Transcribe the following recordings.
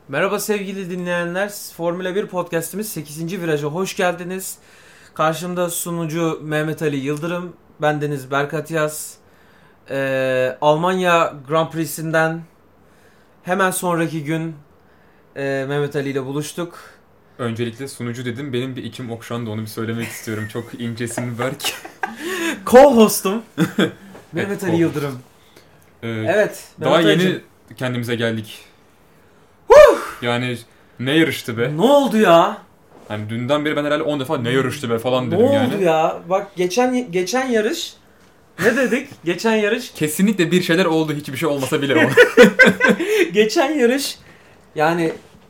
Merhaba sevgili dinleyenler. Formula 1 podcastimiz 8. viraja hoş geldiniz. Karşımda sunucu Mehmet Ali Yıldırım, bendeniz Berkat Yaz. Almanya Grand Prix'sinden hemen sonraki gün Mehmet Ali ile buluştuk. Öncelikle sunucu dedim. Benim bir içim okşandı, onu bir söylemek istiyorum. Çok incesin Berk. Co-hostum Mehmet Ali Yıldırım. Evet. Daha yeni kendimize geldik. Yani ne yarıştı be? Ne oldu ya? Yani dünden beri ben herhalde 10 defa ne yarıştı be falan dedim yani. Ne oldu ya? Bak geçen yarış ne dedik? Geçen yarış kesinlikle bir şeyler oldu, hiçbir şey olmasa bile o. geçen yarış yani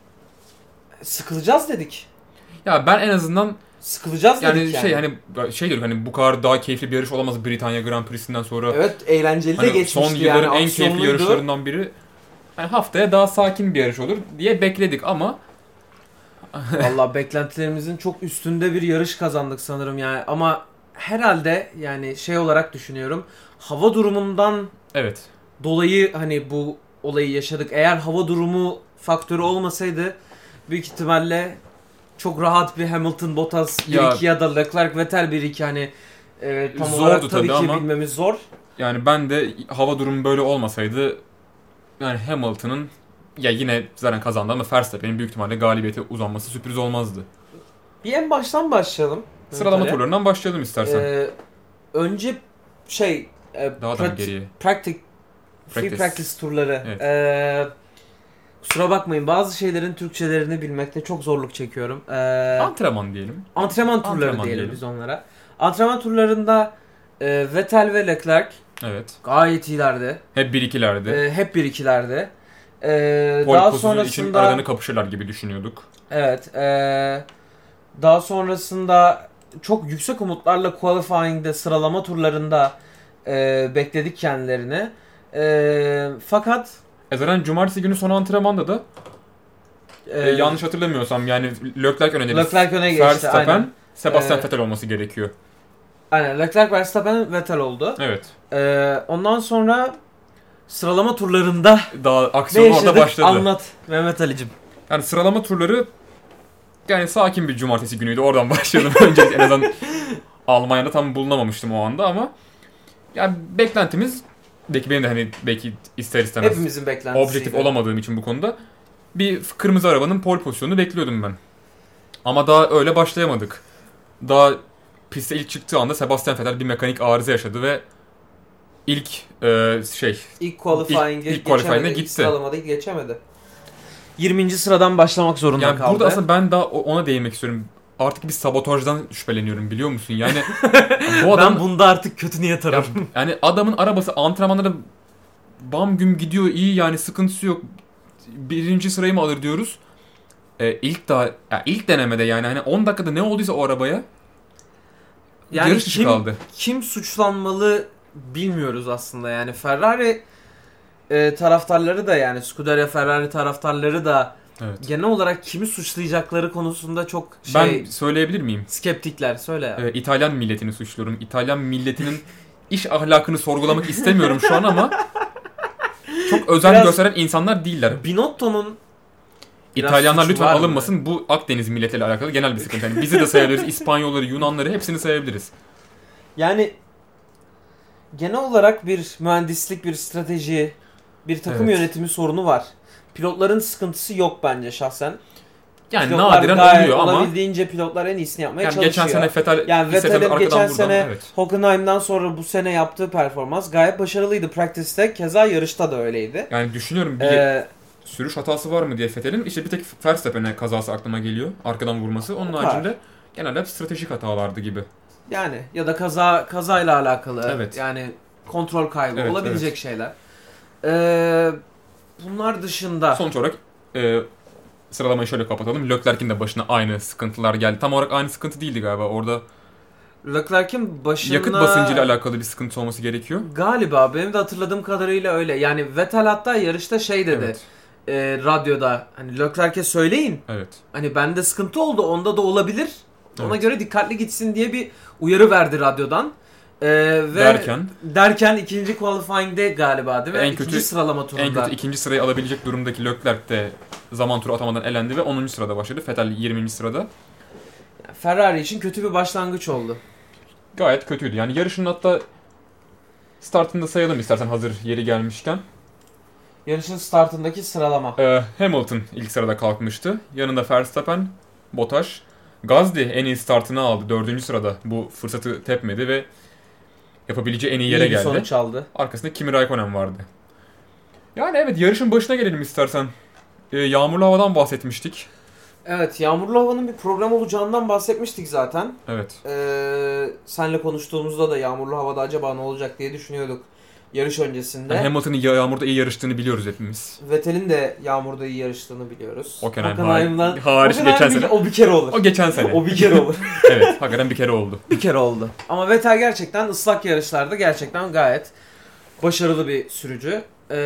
sıkılacağız dedik. Ya ben en azından sıkılacağız dedik yani. Şey diyorum, hani bu kadar daha keyifli bir yarış olamaz Britanya Grand Prix'sinden sonra. Evet, eğlenceli hani de geçmişti son yılların yani, en keyifli yarışlarından biri. Yani haftaya daha sakin bir yarış olur diye bekledik ama vallahi beklentilerimizin çok üstünde bir yarış kazandık sanırım yani, ama herhalde yani şey olarak düşünüyorum. Hava durumundan dolayı hani bu olayı yaşadık. Eğer hava durumu faktörü olmasaydı büyük ihtimalle çok rahat bir Hamilton Bottas 1-2 ya da Leclerc Vettel 1-2 hani tam olarak tabii ki ama bilmemiz zor. Yani ben de hava durumu böyle olmasaydı yani Hamilton'ın yine zaten kazandı ama Verstappen'in büyük ihtimalle galibiyete uzanması sürpriz olmazdı. Bir en baştan başlayalım. Sıralama turlarından başlayalım istersen. Önce daha da geriye. Free practice turları. Evet. Kusura bakmayın, bazı şeylerin Türkçelerini bilmekte çok zorluk çekiyorum. Antrenman diyelim. Antrenman turları diyelim biz onlara. Antrenman turlarında Vettel ve Leclerc gayet iyilerdi. Hep 1-2'lerdi. Hep 1-2'lerdi. Daha sonrasında için aralarını kapışırlar gibi düşünüyorduk. Evet. Daha sonrasında çok yüksek umutlarla qualifying'de, sıralama turlarında bekledik kendilerini. Fakat zaten cumartesi günü son antrenmanda da yanlış hatırlamıyorsam yani Leclerc öne geçti. Verstappen, Sebastian Vettel olması gerekiyor. Aynen, Leclerc, Verstappen, Vettel oldu. Evet. Ondan sonra sıralama turlarında daha aksiyon orada başladı. Anlat Mehmet Ali'cim. Yani sıralama turları yani sakin bir cumartesi günüydü. Oradan başlayalım. Önce en azından Almanya'da tam bulunamamıştım o anda ama yani beklentimiz, belki benim de hani belki ister istemez hepimizin beklentisiydi. Objektif olamadığım için bu konuda bir kırmızı arabanın pole pozisyonunu bekliyordum ben. Ama daha öyle başlayamadık. Daha piste ilk çıktığı anda Sebastian Vettel bir mekanik arıza yaşadı ve ilk qualifying'e gitti. Sıralamada geçemedi. 20. sıradan başlamak zorunda yani kaldı. Burada aslında ben daha ona değinmek istiyorum. Artık bir sabotajdan şüpheleniyorum, biliyor musun? Yani bu adam, ben bunda artık kötü niyet ararım. Yani adamın arabası antrenmanlara bam güm gidiyor, iyi yani, sıkıntısı yok. 1. sırayı mı alır diyoruz. İlk denemede yani hani 10 dakikada ne olduysa o arabaya yani yarış dışı kaldı. Kim suçlanmalı bilmiyoruz aslında. Yani Ferrari taraftarları da, yani Scuderia Ferrari taraftarları da genel olarak kimi suçlayacakları konusunda çok ben söyleyebilir miyim? Skeptikler. Söyle. İtalyan milletini suçluyorum. İtalyan milletinin iş ahlakını sorgulamak istemiyorum şu an ama çok özen gösteren insanlar değiller. Binotto'nun İtalyanlar lütfen alınmasın. Bu Akdeniz milletiyle alakalı genel bir sıkıntı. Yani bizi de sayabiliriz. İspanyolları, Yunanları, hepsini sayabiliriz. Yani genel olarak bir mühendislik, bir strateji, bir takım yönetimi sorunu var. Pilotların sıkıntısı yok bence şahsen. Yani pilotlar nadiren oluyor ama olabildiğince pilotlar en iyisini yapmaya çalışıyor. Geçen sene Vettel'in geçen sene Hockenheim'dan sonra bu sene yaptığı performans gayet başarılıydı. Practice'te keza, yarışta da öyleydi. Yani düşünüyorum bir sürüş hatası var mı diye Vettel'in. İşte bir tek Verstappen'e kazası aklıma geliyor. Arkadan vurması. Onun haricinde genelde hep stratejik hatalardı gibi. Yani ya da kazayla alakalı. Yani kontrol kaybı olabilecek şeyler. Bunlar dışında sonuç olarak sıralamayı şöyle kapatalım. Leclerc'in de başına aynı sıkıntılar geldi. Tam olarak aynı sıkıntı değildi galiba. Orada Leclerc'in başına yakıt basıncıyla alakalı bir sıkıntı olması gerekiyor. Galiba benim de hatırladığım kadarıyla öyle. Yani Vettel hatta yarışta dedi. Radyoda hani Leclerc'e söyleyin. Hani bende sıkıntı oldu, onda da olabilir. Ona göre dikkatli gitsin diye bir uyarı verdi radyodan. Derken ikinci qualifying'de galiba değil mi? İkinci sıralama turunda. En kötü ikinci sırayı alabilecek durumdaki Leclerc de zaman turu atamadan elendi ve 10. sırada başladı. Vettel 20. sırada. Ferrari için kötü bir başlangıç oldu. Gayet kötüydü. Yani yarışın hatta startında sayalım istersen hazır yeri gelmişken. Yarışın startındaki sıralama. Hamilton ilk sırada kalkmıştı. Yanında Verstappen, Bottas. Gasly en iyi startını aldı. 4. sırada bu fırsatı tepmedi ve yapabileceği en iyi yere geldi. Sonuç aldı. Arkasında Kimi Raikkonen vardı. Yani evet, yarışın başına gelelim istersen. Yağmurlu havadan bahsetmiştik. Evet, yağmurlu havanın bir problem olacağından bahsetmiştik zaten. Evet. Senle konuştuğumuzda da yağmurlu havada acaba ne olacak diye düşünüyorduk yarış öncesinde. Yani Hamilton'ın yağmurda iyi yarıştığını biliyoruz hepimiz. Vettel'in de yağmurda iyi yarıştığını biliyoruz. Hockenheim hariç geçen sene. O bir kere olur. O geçen sene. O bir kere olur. Evet, hakikaten bir kere oldu. Bir kere oldu. Ama Vettel gerçekten ıslak yarışlarda gerçekten gayet başarılı bir sürücü.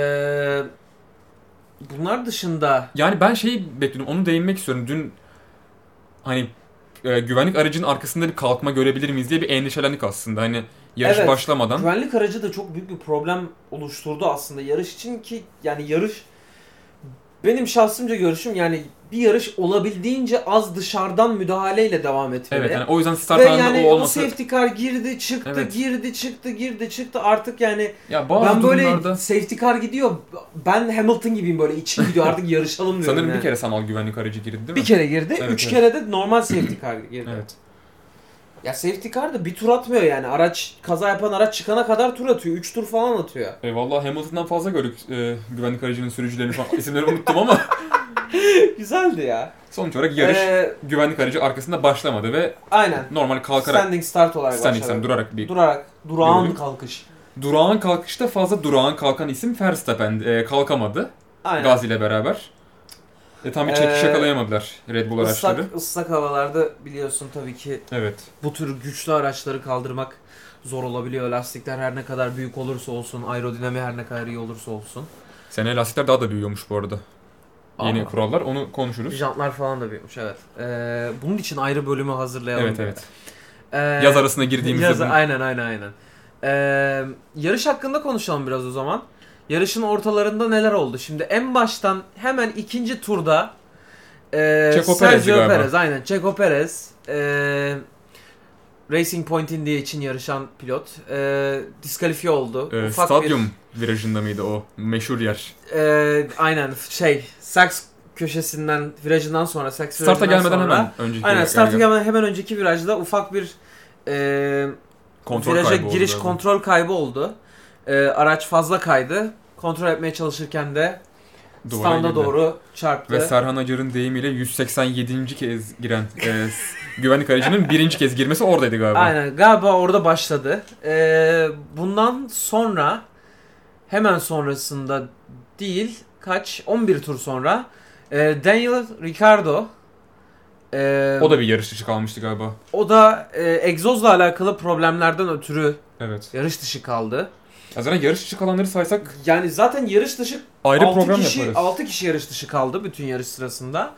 Bunlar dışında... Yani ben şeyi bekliyordum, onu değinmek istiyorum. Dün hani güvenlik aracının arkasında bir kalkma görebilir miyiz diye bir endişelendik aslında. Hani yarış başlamadan. Güvenlik aracı da çok büyük bir problem oluşturdu aslında yarış için ki yani yarış benim şahsımca görüşüm yani bir yarış olabildiğince az dışarıdan müdahaleyle devam etmeli. Evet, yani o yüzden start anında yani o olması. O safety car girdi çıktı, evet. girdi çıktı artık yani ya ben böyle safety car gidiyor, ben Hamilton gibiyim, böyle içim gidiyor artık yarışalım diyorum. Sanırım yani. Bir kere sanal güvenlik aracı girdi değil mi? Bir kere girdi, evet, 3 kere de normal safety car girdi. Evet. Ya safety car da bir tur atmıyor yani. Araç, kaza yapan araç çıkana kadar tur atıyor. 3 tur falan atıyor. Vallahi Hamilton'dan fazla gördük güvenlik aracının sürücülerini falan. İsimleri unuttum ama. Güzeldi ya. Sonuç olarak yarış güvenlik aracı arkasında başlamadı ve aynen. Normal kalkarak. Standing start olarak başladı. Durarak bir. Durağan kalkış. Durağan kalkışta fazla durağan kalkan isim Verstappen kalkamadı. Aynen. Gasly ile beraber. Tam bir çekiş yakalayamadılar Red Bull araçları. Islak havalarda biliyorsun tabii ki evet. Bu tür güçlü araçları kaldırmak zor olabiliyor. Lastikler her ne kadar büyük olursa olsun, aerodinamiği her ne kadar iyi olursa olsun. Seneye lastikler daha da büyüyormuş bu arada. Yeni kurallar, onu konuşuruz. Jantlar falan da büyümüş, evet. Bunun için ayrı bölümü hazırlayalım. Evet. Yaz arasına girdiğimizde. Aynen. Yarış hakkında konuşalım biraz o zaman. Yarışın ortalarında neler oldu? Şimdi en baştan hemen ikinci turda Sergio Perez, aynen Checo Perez, Racing Point India için yarışan pilot diskalifiye oldu. Stadyum virajında mıydı o meşhur yer? Aynen Sachs köşesinden, virajından sonra, Sachs starta gelmeden hemen önceki. Aynen, starta gelmeden hemen önceki virajda ufak bir viraja giriş kontrol kaybı oldu. Araç fazla kaydı. Kontrol etmeye çalışırken de standa doğru çarptı. Ve Serhan Acar'ın deyimiyle 187. kez giren güvenlik aracının birinci kez girmesi oradaydı galiba. Aynen, galiba orada başladı. Bundan sonra hemen sonrasında değil, 11 tur sonra Daniel Ricciardo o da bir yarış dışı kalmıştı galiba. O da egzozla alakalı problemlerden ötürü yarış dışı kaldı. Zaten yarış dışı kalanları saysak... Yani zaten yarış dışı ayrı program yaparız. 6 kişi yarış dışı kaldı bütün yarış sırasında.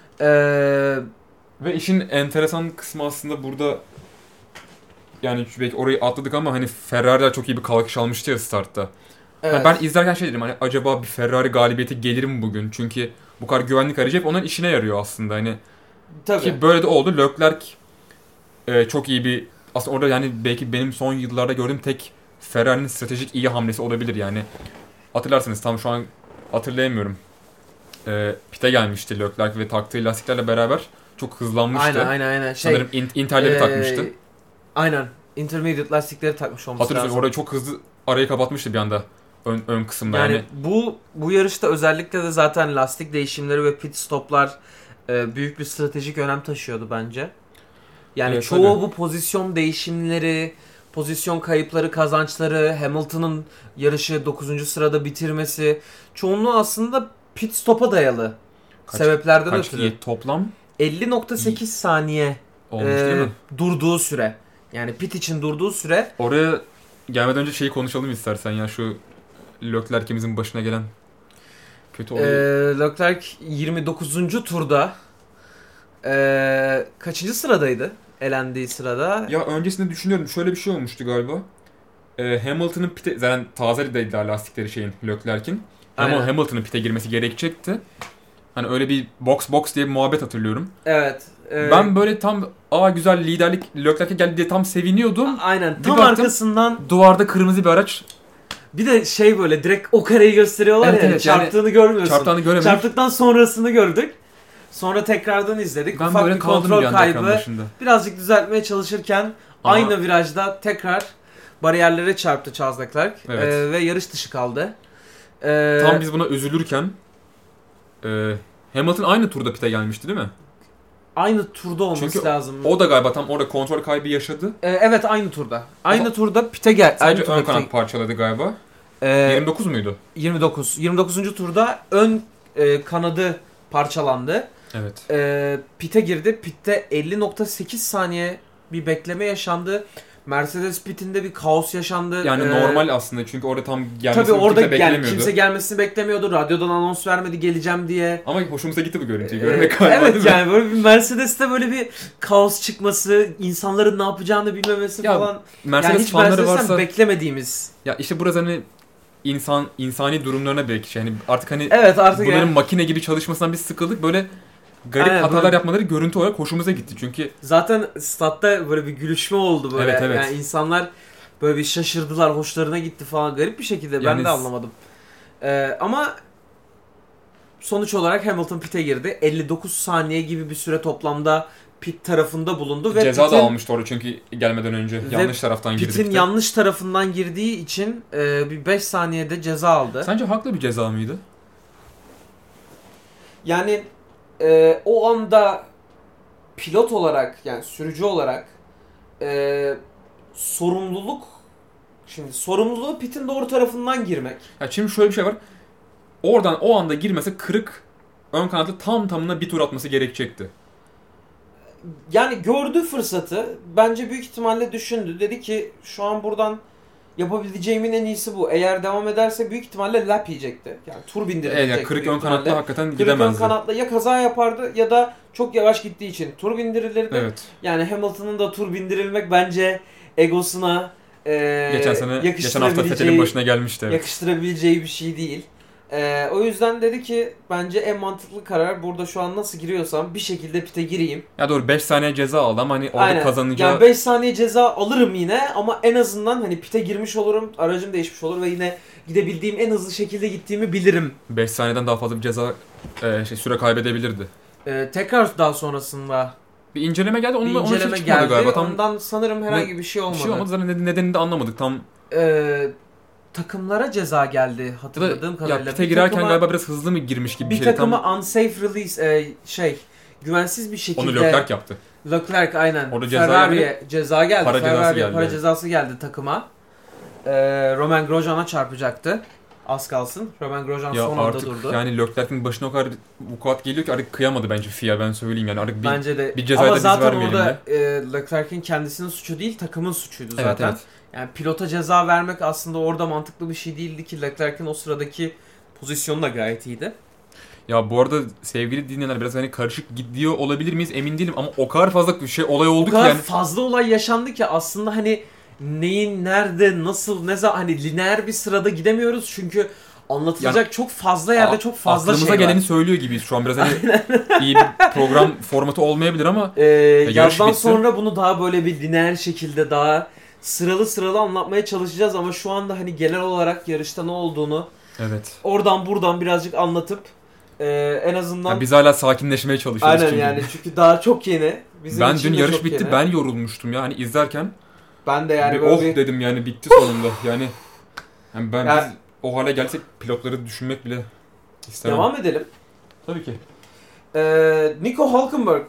Ve işin enteresan kısmı aslında burada... Yani belki orayı atladık ama hani Ferrari'ler çok iyi bir kalkış almıştı ya startta. Evet. Yani ben izlerken dedim, hani acaba bir Ferrari galibiyeti gelir mi bugün? Çünkü bu kadar güvenlik aracı hep onun işine yarıyor aslında. Hani tabii. Ki böyle de oldu. Leclerc çok iyi bir... Aslında orada yani belki benim son yıllarda gördüğüm tek Ferrari'nin stratejik iyi hamlesi olabilir yani. Hatırlarsınız, tam şu an hatırlayamıyorum. Pite gelmişti Leclerc ve taktığı lastiklerle beraber çok hızlanmıştı. Aynen. Sanırım Inter'leri takmıştı. Aynen. Intermediate lastikleri takmış olması lazım. Hatırlıyorsunuz, orada çok hızlı arayı kapatmıştı bir anda ön kısımda. Yani bu yarışta özellikle de zaten lastik değişimleri ve pit stoplar büyük bir stratejik önem taşıyordu bence. Yani evet, çoğu tabii. Bu pozisyon değişimleri, pozisyon kayıpları, kazançları, Hamilton'ın yarışı 9. sırada bitirmesi çoğunluğu aslında pit stop'a dayalı sebeplerden ötürü. Toplam 50.8 saniye olmuş değil mi? Durduğu süre. Yani pit için durduğu süre. Oraya gelmeden önce şeyi konuşalım istersen ya, şu Leclerc'imizin başına gelen kötü olay. Leclerc 29. turda kaçıncı sıradaydı? elendiği sırada. Ya öncesinde düşünüyorum, şöyle bir şey olmuştu galiba. Hamilton'ın pite, zaten taze değildi lastikleri şeyin, Leclerc'in. Ama Hamilton'ın pite girmesi gerekecekti. Hani öyle bir box diye bir muhabbet hatırlıyorum. Evet. Ben böyle tam güzel liderlik Leclerc'e geldi diye tam seviniyordum. Aynen. Tam arkasından duvarda kırmızı bir araç. Bir de böyle direkt o kareyi gösteriyorlar ya. Evet, çarptığını görmüyorsun. Çarptığını göremedik. Çarptıktan sonrasını gördük. Sonra tekrardan izledik. Ben ufak böyle bir kontrol kaybı. başında. Birazcık düzeltmeye çalışırken aynı virajda tekrar bariyerlere çarptı Charles Leclerc. Evet. Ve yarış dışı kaldı. Tam biz buna üzülürken Hamilton aynı turda pite gelmişti değil mi? Aynı turda olması lazım. O da galiba tam orada kontrol kaybı yaşadı. Evet, aynı turda. Aynı turda pite geldi. Sadece ön kanat parçaladı galiba. 29 muydu? 29. 29. turda ön kanadı parçalandı. Evet. Pite girdi. Pitte 50.8 saniye bir bekleme yaşandı. Mercedes pitinde bir kaos yaşandı. Yani normal aslında çünkü orada tam gelmesini tabii orada beklemiyordu. Kimse gelmesini beklemiyordu. Radyodan anons vermedi geleceğim diye. Ama hoşumuza gitti bu görüntüyü görmek galiba. Evet yani böyle bir Mercedes'te böyle bir kaos çıkması, insanların ne yapacağını bilmemesi falan. Mercedes yani hiç fanları varsa beklemediğimiz. Ya işte burası hani insani durumlarına belki hani artık hani evet, artık bunların makine gibi çalışmasından biz sıkıldık, böyle garip hatalar yapmaları görüntü olarak hoşumuza gitti çünkü. Zaten statta böyle bir gülüşme oldu böyle. Evet. Yani insanlar böyle bir şaşırdılar, hoşlarına gitti falan garip bir şekilde. Yani ben de anlamadım. Ama sonuç olarak Hamilton pit'e girdi. 59 saniye gibi bir süre toplamda pit tarafında bulundu. Ve ceza da almıştı orada çünkü gelmeden önce yanlış taraftan girdi. Pit'in yanlış tarafından girdiği için bir 5 saniyede ceza aldı. Sence haklı bir ceza mıydı? Yani o anda pilot olarak yani sürücü olarak sorumluluğu pitin doğru tarafından girmek. Ya şimdi şöyle bir şey var. Oradan o anda girmese kırık ön kanatlı tamına bir tur atması gerekecekti. Yani gördü fırsatı. Bence büyük ihtimalle düşündü. Dedi ki şu an buradan yapabileceğimin en iyisi bu. Eğer devam ederse büyük ihtimalle lap yiyecekti. Yani tur bindirecekti. Yani kırık ön kanatla hakikaten gidemezdi. Kırık ön kanatla ya kaza yapardı ya da çok yavaş gittiği için tur bindirilirdi. Evet. Yani Hamilton'ın da tur bindirilmek bence egosuna geçen hafta Fethel'in başına gelmişti. Evet. Yakıştırabileceği bir şey değil. O yüzden dedi ki bence en mantıklı karar burada şu an nasıl giriyorsam bir şekilde pite gireyim. Ya doğru 5 saniye ceza aldı ama hani orada kazanacağı... Yani 5 saniye ceza alırım yine ama en azından hani pite girmiş olurum, aracım değişmiş olur ve yine gidebildiğim en hızlı şekilde gittiğimi bilirim. 5 saniyeden daha fazla bir ceza süre kaybedebilirdi. Tekrar daha sonrasında bir inceleme geldi. Onu geldi. Galiba. Ondan sanırım herhangi bir şey olmadı. Bir şey olmadı. Zaten nedenini de anlamadık tam. Takımlara ceza geldi hatırladığım kadarıyla. Ya pite girerken galiba biraz hızlı mı girmiş gibi bir şey. Bir takıma unsafe release güvensiz bir şekilde. Onu Leclerc yaptı. Leclerc aynen. Orada Ferrari'ye ceza geldi. Para cezası geldi takıma. Romain Grosjean'a çarpacaktı. Az kalsın. Romain Grosjean son anda durdu. Yani Leclerc'in başına o kadar vukuat geliyor ki artık kıyamadı bence FIA, ben söyleyeyim yani. Artık bence de. Bir cezayı da biz vermeyelim ama zaten orada Leclerc'in kendisinin suçu değil, takımın suçuydu zaten. Evet. Yani pilota ceza vermek aslında orada mantıklı bir şey değildi ki Leclerc'in o sıradaki pozisyonu da gayet iyiydi. Ya bu arada sevgili dinleyenler biraz hani karışık gidiyor olabilir miyiz emin değilim ama o kadar fazla olay oldu ki yani. O kadar fazla olay yaşandı ki aslında hani neyin nerede nasıl ne zaman hani lineer bir sırada gidemiyoruz çünkü anlatılacak yani, çok fazla yerde çok fazla şey var. Aklımıza geleni söylüyor gibiyiz şu an biraz hani iyi bir program formatı olmayabilir ama yazdan sonra bunu daha böyle bir lineer şekilde daha sıralı anlatmaya çalışacağız ama şu anda hani genel olarak yarışta ne olduğunu oradan buradan birazcık anlatıp en azından... Yani biz hala sakinleşmeye çalışıyoruz. Aynen yani çünkü daha çok yeni. Ben dün yarış bitti ben yorulmuştum ya hani izlerken. Ben de yani böyle dedim yani bitti sonunda yani biz o hale gelsek pilotları düşünmek bile istemem. Devam edelim. Tabii ki. Nico Hülkenberg.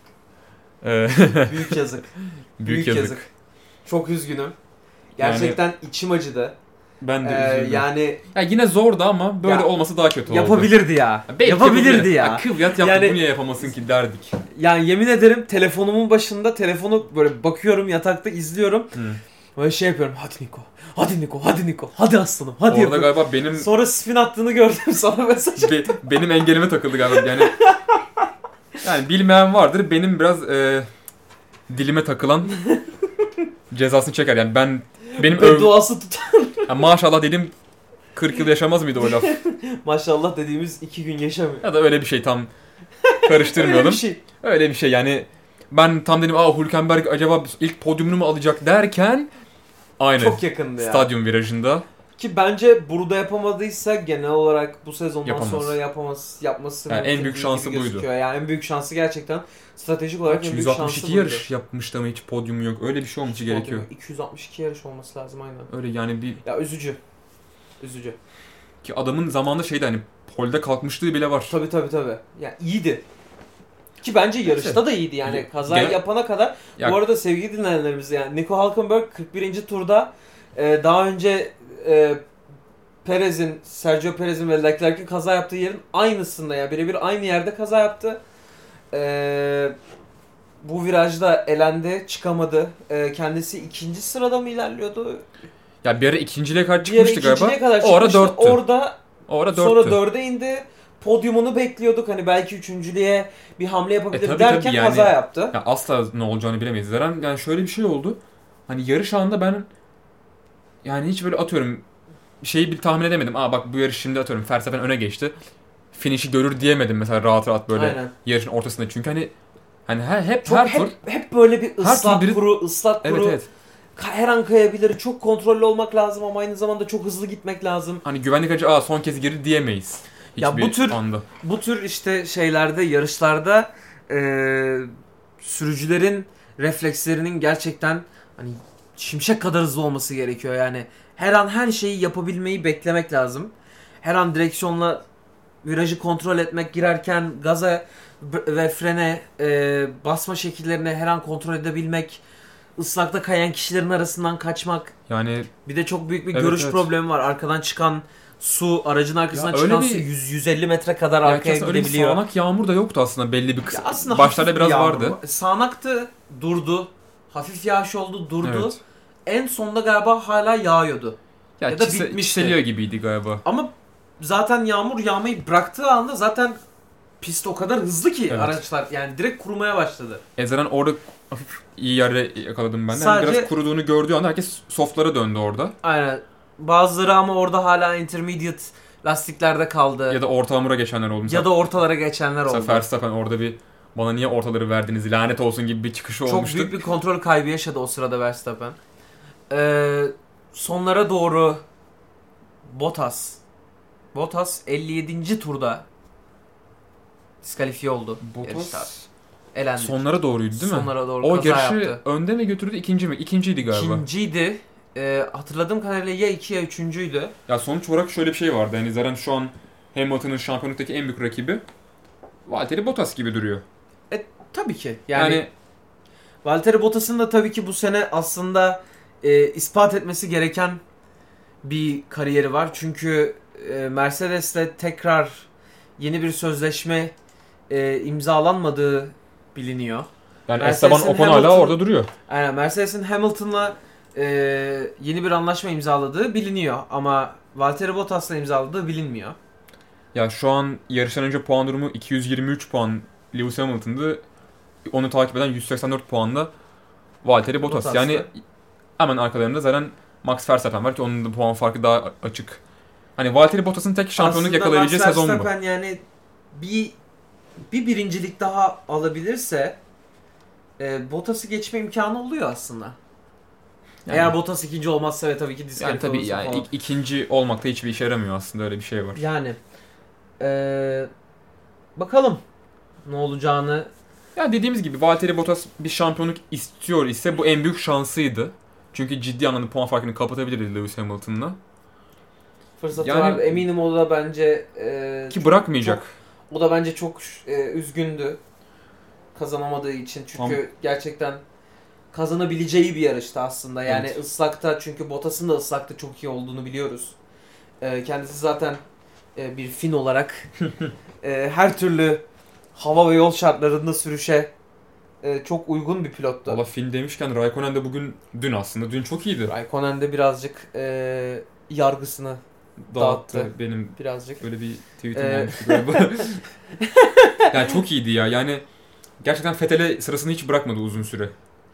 Büyük yazık. Büyük yazık. Çok üzgünüm. Gerçekten içim acıdı. Ben de üzüldüm. Yani ya yine zordu ama böyle olması daha kötü oldu. Yapabilirdi ya. Yapabilirdi ya. Kıvyat yaptı yani, bu niye yapamasın ki derdik. Yani yemin ederim telefonumun başında telefonu böyle bakıyorum yatakta izliyorum. Böyle şey yapıyorum. Hadi Nico. Hadi Nico. Hadi Nico. Hadi aslanım. Hadi orada yapıyorum. Galiba benim... Sonra spin attığını gördüm sana mesaj. Benim engelime takıldı galiba yani. Yani bilmeyen vardır. Benim biraz dilime takılan cezasını çeker. Yani benim duası tutar. Yani maşallah dedim 40 yıl yaşamaz mıydı o laf? Maşallah dediğimiz 2 gün yaşamıyor. Ya da öyle bir şey, tam karıştırmıyordum. Öyle bir şey. Öyle bir şey yani. Ben tam dedim Hülkenberg acaba ilk podyumunu mu alacak derken aynen. Çok yakındı ya. Stadyum virajında. Ki bence burada yapamadıysa genel olarak bu sezondan Yapamaz. sonra yapması yani en büyük şansı buydu. Yani en büyük şansı gerçekten stratejik olarak en büyük şansı 162 yarış yapmış ama hiç podyum yok. Öyle bir şey olması gerekiyor. 262 yarış olması lazım aynen. Öyle yani bir... Ya üzücü. Üzücü. Ki adamın zamanında şeydi hani polde kalkmışlığı bile var. Tabii. Yani iyiydi. Ki bence yarışta da iyiydi yani kazayı yapana kadar. Bu arada sevgili dinleyenlerimiz yani Nico Hülkenberg 41. turda daha önce Sergio Perez'in ve Leclerc'in kaza yaptığı yerin aynısında ya birebir aynı yerde kaza yaptı. Bu virajda elendi, çıkamadı. Kendisi 2. sırada mı ilerliyordu? Ya bir ara ikinciliğe kadar çıkmıştı galiba. O ara 4'tü. Orada sonra 4'e indi. Podyumunu bekliyorduk. Hani belki üçüncülüğe bir hamle yapabilir derken yani, kaza yaptı. Ya asla ne olacağını bilemeyiz. Zaten yani şöyle bir şey oldu. Hani yarış anında ben yani hiç böyle atıyorum şeyi bir tahmin edemedim. Bak bu yarış şimdi atıyorum Verstappen öne geçti. Finish'i görür diyemedim mesela rahat böyle yarışın ortasında. Çünkü hani hep böyle bir ıslak kuru. Evet. Her an kayabilir. Çok kontrollü olmak lazım ama aynı zamanda çok hızlı gitmek lazım. Hani güvenlik aracı son kez girdi diyemeyiz. Ya bu tür işte şeylerde, yarışlarda sürücülerin reflekslerinin gerçekten hani şimşek kadar hızlı olması gerekiyor. Yani her an her şeyi yapabilmeyi beklemek lazım. Her an direksiyonla virajı kontrol etmek, girerken gaza ve frene basma şekillerini her an kontrol edebilmek, ıslakta kayan kişilerin arasından kaçmak. Yani bir de çok büyük bir görüş problemi var. Arkadan çıkan su, aracın arkasından çıkan su 150 metre kadar arkaya gidebiliyor. Öyle bir sağanak yağmur da yoktu aslında belli bir kısım. Başlarda biraz vardı. Sağanaktı, durdu. Hafif yağış oldu, durdu. Evet. En sonda galiba hala yağıyordu. Ya da bitmişti. Çiseliyor gibiydi galiba. Ama zaten yağmur yağmayı bıraktığı anda zaten pist o kadar hızlı ki araçlar yani direkt kurumaya başladı. Zaten orada hafif iyi yerde yakaladım ben de. Yani biraz kuruduğunu gördüğü anda herkes softlara döndü orada. Aynen. Bazıları ama orada hala intermediate lastiklerde kaldı. Ya da orta hamura geçenler oldu. Ya da ortalara geçenler oldu. Verstappen orada bir bana niye ortaları verdiniz lanet olsun gibi bir çıkışı olmuştu. Çok büyük bir kontrol kaybı yaşadı o sırada Verstappen. Sonlara doğru Bottas 57. turda diskalifiye oldu. Bottas elendi. Sonlara doğruydu değil mi? Sonlara doğru o kaza yarışı yaptı. Önde mi götürdü ikinci mi? İkinciydi galiba. İkinciydi. Hatırladığım kadarıyla ya 2 ya 3.'üydü. Ya sonuç olarak şöyle bir şey vardı. Yani zaten şu an Hamilton'ın şampiyonluktaki en büyük rakibi Valtteri Bottas gibi duruyor. Tabii ki. Yani Valtteri Bottas'ın da tabii ki bu sene aslında ispat etmesi gereken bir kariyeri var. Çünkü Mercedes'le tekrar yeni bir sözleşme imzalanmadığı biliniyor. Yani Esteban Ocon hala orada duruyor. Aynen. Mercedes'in Hamilton'la yeni bir anlaşma imzaladığı biliniyor. Ama Valtteri Bottas'la imzaladığı bilinmiyor. Ya şu an yarıştan önce puan durumu 223 puan Lewis Hamilton'dı. Onu takip eden 184 puanla Valtteri Bottas. Yani hemen arkalarında zaten Max Verstappen var ki onun da puan farkı daha açık. Hani Valtteri Bottas'ın tek şampiyonluk yakalayabileceği sezon bu. Verstappen yani bir birincilik daha alabilirse Bottas'ı geçme imkanı oluyor aslında. Yani, eğer Bottas ikinci olmazsa ve tabii ki diskalifiye olursa falan. Yani ikinci olmakta hiçbir işe yaramıyor aslında, öyle bir şey var. Yani bakalım ne olacağını. Ya dediğimiz gibi Valtteri Bottas bir şampiyonluk istiyor ise bu en büyük şansıydı. Çünkü ciddi anlamda puan farkını kapatabilirdi Lewis Hamilton'la. Fırsatı var. Eminim o da bence ki bırakmayacak. O da bence çok üzgündü kazanamadığı için. Çünkü gerçekten kazanabileceği bir yarıştı aslında. Yani ıslakta, çünkü Bottas'ın da ıslakta çok iyi olduğunu biliyoruz. Kendisi zaten bir Fin olarak her türlü hava ve yol şartlarında sürüşe çok uygun bir pilottu. Valla Fin demişken Raikkonen de dün aslında. Dün çok iyiydi. Raikkonen de birazcık yargısını dağıttı. Benim birazcık. Böyle bir tweetim olmuştu galiba. Yani çok iyiydi ya. Yani gerçekten Vettel'e sırasını hiç bırakmadı uzun süre.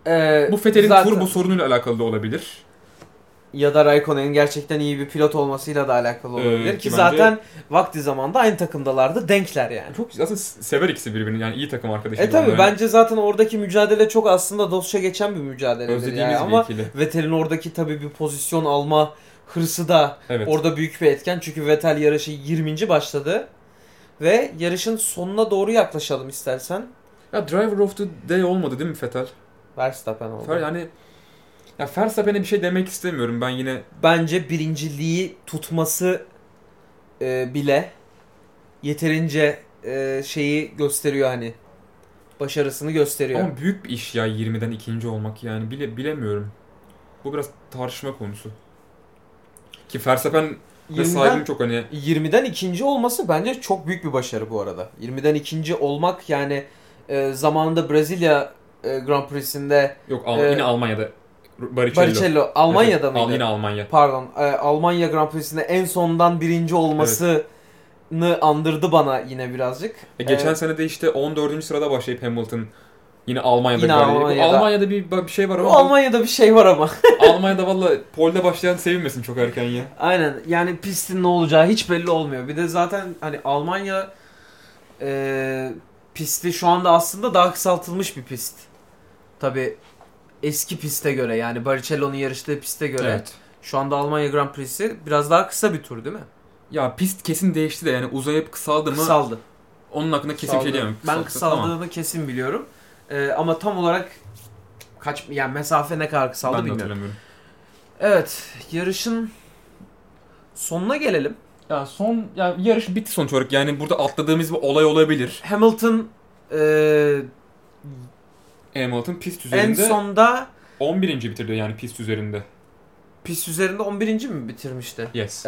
Bu Vettel'in turbo sorunuyla alakalı da olabilir. Ya da Raikkonen'in gerçekten iyi bir pilot olmasıyla da alakalı olabilir. Ki zaten vakti zamanda aynı takımdalardı. Denkler yani. Çok aslında sever ikisi birbirini. Yani iyi takım arkadaşı. Tabii bence zaten oradaki mücadele çok aslında dostça geçen bir mücadeledir yani. Ama Vettel'in oradaki tabii bir pozisyon alma hırsı da orada büyük bir etken. Çünkü Vettel yarışı 20. başladı. Ve yarışın sonuna doğru yaklaşalım istersen. Ya Driver of the Day olmadı değil mi Vettel? Verstappen oldu. Yani ya Verstappen'e bir şey demek istemiyorum ben yine. Bence birinciliği tutması bile yeterince şeyi gösteriyor hani. Başarısını gösteriyor. Ama büyük bir iş ya 20'den ikinci olmak yani bilemiyorum. Bu biraz tartışma konusu. Ki Verstappen ve sahibinin çok hani... 20'den ikinci olması bence çok büyük bir başarı bu arada. 20'den ikinci olmak yani zamanında Brezilya Grand Prix'sinde... Yok yine Almanya'da. Barrichello. Almanya'da mıydı? Yine Almanya. Pardon. Almanya Grand Prix'sinde en sondan birinci olmasını andırdı bana yine birazcık. Geçen sene de işte 14. sırada başlayıp Hamilton yine Almanya'da. Almanya'da bir şey var ama. Almanya'da bir şey var ama. Almanya'da valla pole'de başlayan sevinmesin çok erken ya. Aynen. Yani pistin ne olacağı hiç belli olmuyor. Bir de zaten hani Almanya pisti şu anda aslında daha kısaltılmış bir pist. Tabii eski piste göre yani Barrichello'nun yarıştığı piste göre şu anda Almanya Grand Prix'si biraz daha kısa bir tur değil mi? Ya pist kesin değişti de yani uzayıp kısaldı mı? Kısaldı. Onun hakkında kesin bir şey diyemem. Ben kısaldığını kesin biliyorum. Ama tam olarak yani mesafe ne kadar kısaldı bilmiyorum. Evet, yarışın sonuna gelelim. Ya yarış bitti sonuç olarak. Yani burada atladığımız bir olay olabilir. Hamilton pist üzerinde en sonda 11. bitirdi yani pist üzerinde. Pist üzerinde 11. mi bitirmişti? Yes.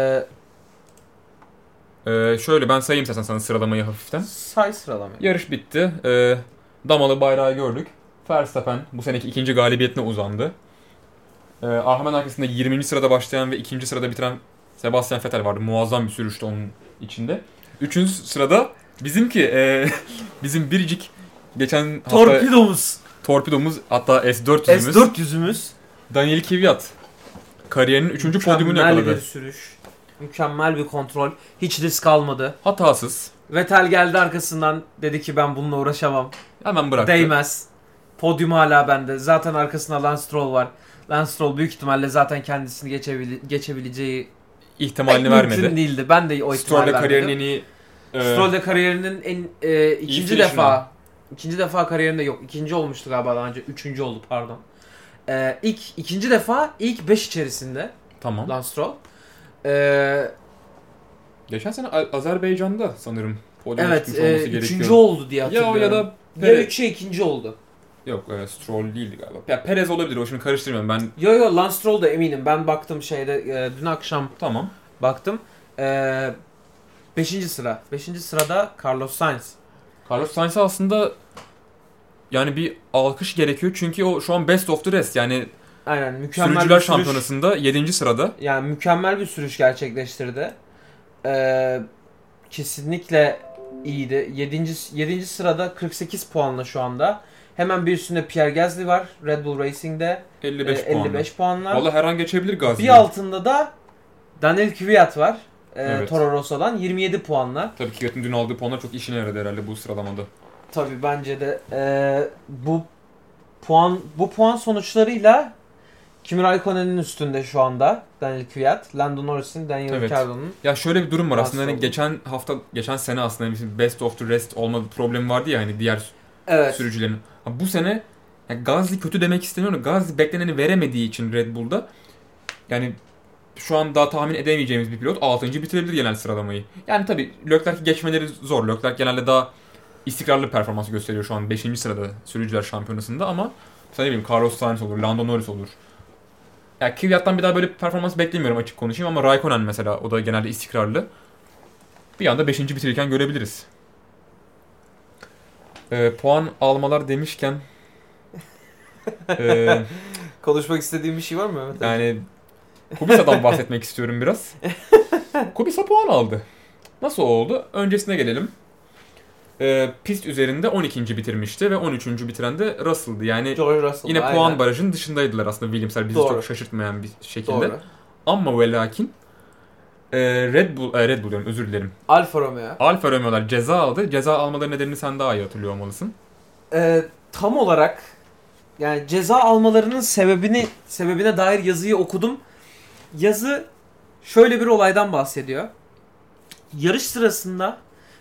Şöyle ben sayayım sana sıralamayı hafiften. Say sıralamayı. Yarış bitti. Damalı bayrağı gördük. Verstappen bu seneki ikinci galibiyetine uzandı. Hemen arkasında 20. sırada başlayan ve 2. sırada bitiren Sebastian Vettel vardı. Muazzam bir sürüştü onun içinde. 3. sırada bizim biricik geçen hafta torpidomuz hatta S400'ümüz Daniel Kvyat kariyerinin 3. podyumunu yakaladı. Mükemmel bir sürüş. Mükemmel bir kontrol. Hiç risk almadı. Hatasız. Vettel geldi arkasından dedi ki ben bununla uğraşamam. Hemen bıraktı. Değmez. Podyum hala bende. Zaten arkasında Lance Stroll var. Lance Stroll büyük ihtimalle zaten kendisini geçebileceği ihtimalini vermedi. Mümkün değildi. Ben de o ihtimali vermedim. Stroll de kariyerinin ikinci defa kariyerinde yok. İkinci olmuştu galiba daha önce. Üçüncü oldu pardon. İkinci defa ilk 5 içerisinde. Tamam. Lance Stroll. Geçen sene Azerbaycan'da sanırım podyuma çıkmış olması gerekiyor. Üçüncü oldu diye hatırlıyorum. Ya 3'e ikinci oldu. Yok Stroll değildi galiba. Ya Perez olabilir o şimdi karıştırmıyorum ben. Yo Lance Stroll da eminim. Ben baktım dün akşam baktım. 5. sıra. 5. sırada Carlos Sainz. Carlos Sainz'e aslında yani bir alkış gerekiyor çünkü o şu an best of the rest yani aynen mükemmel sürücüler şampiyonasında 7. sırada. Yani mükemmel bir sürüş gerçekleştirdi. Kesinlikle iyiydi. 7. sırada 48 puanla şu anda. Hemen bir üstünde Pierre Gasly var. Red Bull Racing'de 55 puanla. Vallahi her an geçebilir Gasly. Bir altında da Daniel Kvyat var. Toro Rosso'dan 27 puanla. Tabii Kvyat'ın dün aldığı puanlar çok işine yaradı herhalde bu sıralamada. Tabii bence de bu puan sonuçlarıyla Kimi Raikkonen'in üstünde şu anda Daniel Kvyat, Lando Norris'in, Daniel Ricciardo'nun. Ya şöyle bir durum var aslında hani geçen sene aslında best of the rest olma problemi vardı ya hani diğer sürücülerin. Bu sene yani Gasly kötü demek istemiyorum. Gasly bekleneni veremediği için Red Bull'da yani şu an daha tahmin edemeyeceğimiz bir pilot 6. bitirebilir genel sıralamayı. Yani tabii Leclerc'i geçmeleri zor. Leclerc genelde daha istikrarlı performans gösteriyor şu an 5. sırada sürücüler şampiyonasında ama mesela ne bileyim Carlos Sainz olur, Lando Norris olur. Yani Kvyat'tan bir daha böyle bir performans beklemiyorum açık konuşayım ama Raikkonen mesela o da genelde istikrarlı. Bir anda 5. bitirirken görebiliriz. Puan almalar demişken konuşmak istediğim bir şey var mı? Yani Kubica'dan bahsetmek istiyorum biraz. Kubica puan aldı. Nasıl oldu? Öncesine gelelim. Pist üzerinde 12. bitirmişti ve 13. bitiren de Russell'dı. Yani Russell, yine aynen. puan barajının dışındaydılar aslında Williams'ler. Bizi çok şaşırtmayan bir şekilde. Doğru. Ama ve lakin Red Bull diyorum, özür dilerim. Alfa Romeo'lar ceza aldı. Ceza almaları nedenini sen daha iyi hatırlıyor olmalısın. Tam olarak yani ceza almalarının sebebine dair yazıyı okudum. Yazı şöyle bir olaydan bahsediyor. Yarış sırasında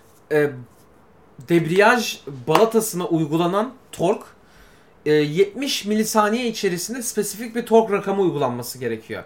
debriyaj balatasına uygulanan tork 70 milisaniye içerisinde spesifik bir tork rakamı uygulanması gerekiyor.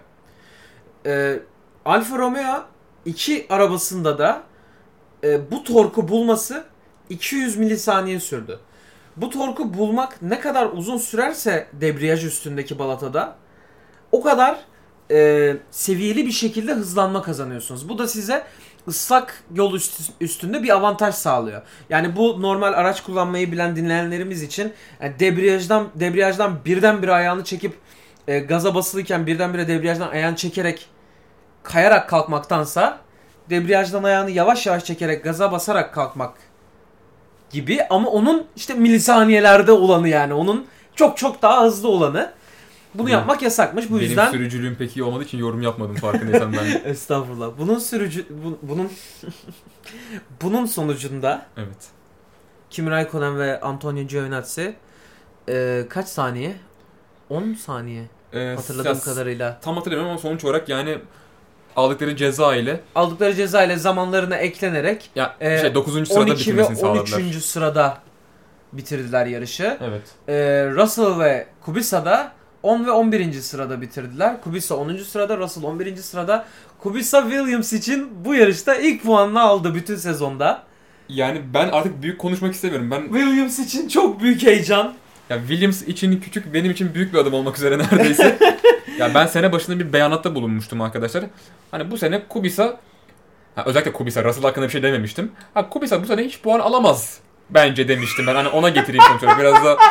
Alfa Romeo 2 arabasında da bu torku bulması 200 milisaniye sürdü. Bu torku bulmak ne kadar uzun sürerse debriyaj üstündeki balatada o kadar seviyeli bir şekilde hızlanma kazanıyorsunuz. Bu da size ıslak yol üstünde bir avantaj sağlıyor. Yani bu normal araç kullanmayı bilen dinleyenlerimiz için yani debriyajdan birdenbire ayağını çekip gaza basılıyken birdenbire debriyajdan ayağını çekerek kayarak kalkmaktansa debriyajdan ayağını yavaş yavaş çekerek gaza basarak kalkmak gibi ama onun işte milisaniyelerde olanı yani onun çok çok daha hızlı olanı. Bunu yapmak yasakmış. Bu yüzden benim sürücülüğüm pek iyi olmadığı için yorum yapmadım farkındaysan ben. Estağfurullah. Bunun sonucunda evet. Kimi Räikkönen ve Antonio Giovinazzi kaç saniye? 10 saniye hatırladığım kadarıyla. Tam hatırlamıyorum ama sonuç olarak yani aldıkları ceza ile zamanlarına eklenerek 9. sırada bitirmesini sağladılar. 12 ve 13. sırada bitirdiler yarışı. Evet. Russell ve Kubica da 10 ve 11. sırada bitirdiler. Kubica 10. sırada, Russell 11. sırada. Kubica Williams için bu yarışta ilk puanını aldı bütün sezonda. Yani ben artık büyük konuşmak istemiyorum. Williams için çok büyük heyecan. Ya Williams için küçük, benim için büyük bir adım olmak üzere neredeyse. Ya ben sene başında bir beyanatta bulunmuştum arkadaşlar. Hani bu sene Kubica, özellikle Kubica, Russell hakkında bir şey dememiştim. Kubica bu sene hiç puan alamaz bence demiştim ben. Hani ona getireyim sonuçta. Biraz da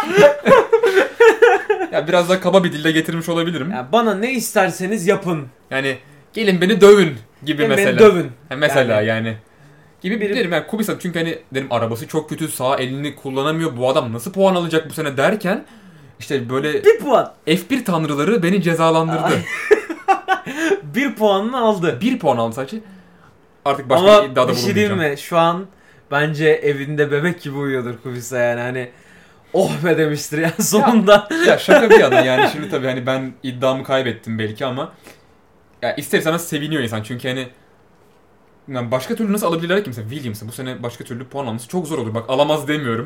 ya biraz daha kaba bir dille getirmiş olabilirim. Ya bana ne isterseniz yapın. Yani gelin beni dövün gibi mesela. Beni dövün. Mesela yani. Gibi derim yani Kubica çünkü hani dedim arabası çok kötü, sağ elini kullanamıyor. Bu adam nasıl puan alacak bu sene derken işte böyle bir puan. F1 tanrıları beni cezalandırdı. 1 puanını aldı. 1 puan aldı sadece. Artık başka bir iddiada bulunmayacağım. Ama bir şey diyeyim mi? Şu an bence evinde bebek gibi uyuyordur Kubica yani hani oh be demiştir ya sonunda. Ya şaka bir yana yani şimdi tabii hani ben iddiamı kaybettim belki ama ya ister istemez seviniyor insan çünkü hani yani başka türlü nasıl alabilirler ki mesela Williams'ın bu sene başka türlü puan alması çok zor olur. Bak alamaz demiyorum.